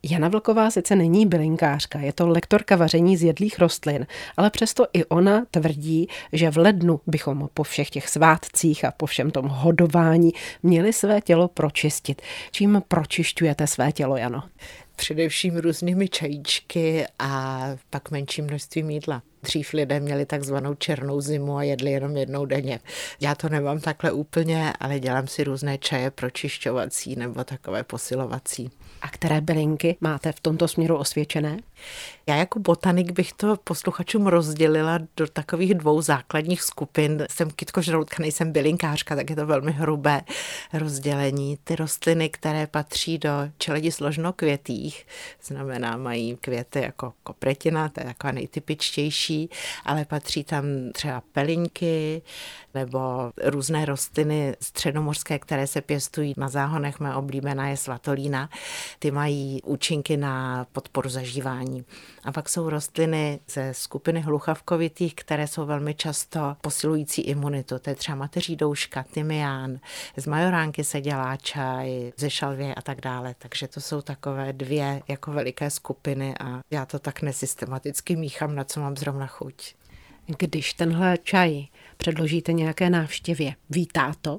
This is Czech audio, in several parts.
Jana Vlková sice není bylinkářka, je to lektorka vaření z jedlých rostlin, ale přesto i ona tvrdí, že v lednu bychom po všech těch svátcích a po všem tom hodování měli své tělo pročistit. Čím pročišťujete své tělo, Jano? Především různými čajíčky a pak menším množstvím jídla. Dřív lidé měli takzvanou černou zimu a jedli jenom jednou denně. Já to nemám takhle úplně, ale dělám si různé čaje pročišťovací nebo takové posilovací. A které bylinky máte v tomto směru osvědčené? Já jako botanik bych to posluchačům rozdělila do takových 2 základních skupin. Jsem kytkožroutka, nejsem bylinkářka, tak je to velmi hrubé rozdělení. Ty rostliny, které patří do čeledi složnokvětých, znamená mají květy jako kopretina, to je taková nejtypičtější, ale patří tam třeba pelinky nebo různé rostliny středomořské, které se pěstují na záhonech. Moje oblíbená je svatolína. Ty mají účinky na podporu zažívání. A pak jsou rostliny ze skupiny hluchavkovitých, které jsou velmi často posilující imunitu. To je třeba mateří douška, tymián, z majoránky se dělá čaj, ze šalvěje a tak dále. Takže to jsou takové 2 jako veliké skupiny a já to tak nesystematicky míchám, na co mám zrovna chuť. Když tenhle čaj předložíte nějaké návštěvě, vítá to?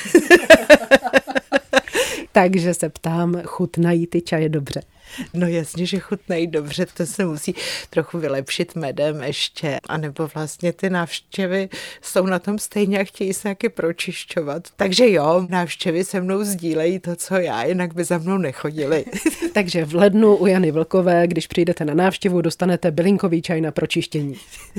Takže se ptám, chutnají ty čaje dobře? No jasně, že chutnají dobře, to se musí trochu vylepšit medem ještě, anebo vlastně ty návštěvy jsou na tom stejně a chtějí se taky pročišťovat. Takže jo, návštěvy se mnou sdílejí to, co já, jinak by za mnou nechodili. Takže v lednu u Jany Vlkové, když přijdete na návštěvu, dostanete bylinkový čaj na pročištění.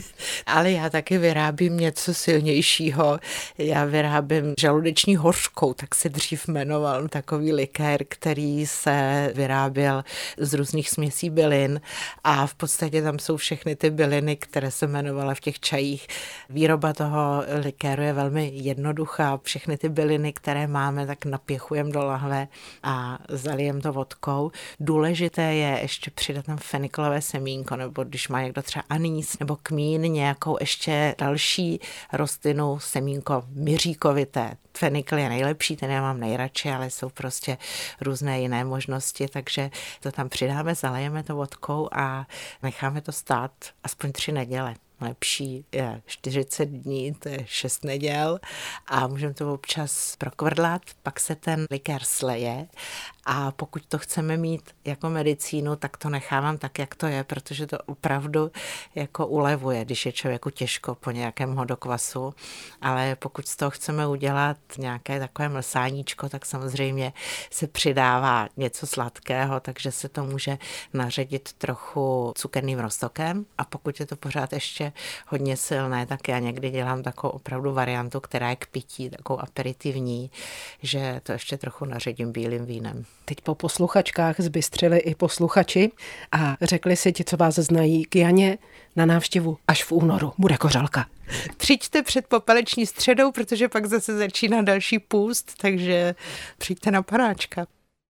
Ale já taky vyrábím něco silnějšího. Já vyrábím žaludeční hořkou, tak se dřív jmenoval takový likér, který se vyráběl z různých směsí bylin a v podstatě tam jsou všechny ty byliny, které se jmenovala v těch čajích. Výroba toho likéru je velmi jednoduchá. Všechny ty byliny, které máme, tak napěchujeme do lahve a zalijeme to vodkou. Důležité je ještě přidat tam feniklové semínko, nebo když má někdo třeba anýs nebo kmín, nějakou ještě další rostlinu, semínko myříkovité. Fenikl je nejlepší, ten já mám nejradši, ale jsou prostě různé jiné možnosti, takže to tam přidáme, zalejeme to vodkou a necháme to stát aspoň 3 neděle. Lepší je 40 dní, to je 6 neděl a můžeme to občas prokvrdlat, pak se ten likér sleje a pokud to chceme mít jako medicínu, tak to nechávám tak, jak to je, protože to opravdu jako ulevuje, když je člověku těžko po nějakém hodokvasu, ale pokud z toho chceme udělat nějaké takové mlsáníčko, tak samozřejmě se přidává něco sladkého, takže se to může naředit trochu cukerným roztokem a pokud je to pořád ještě hodně silné, tak já někdy dělám takovou opravdu variantu, která je k pití, takovou aperitivní, že to ještě trochu naředím bílým vínem. Teď po posluchačkách zbystřili i posluchači a řekli si ti, co vás znají, k Janě na návštěvu až v únoru. Bude kořalka. Přijďte před popeleční středou, protože pak zase začíná další půst, takže přijďte na panáčka.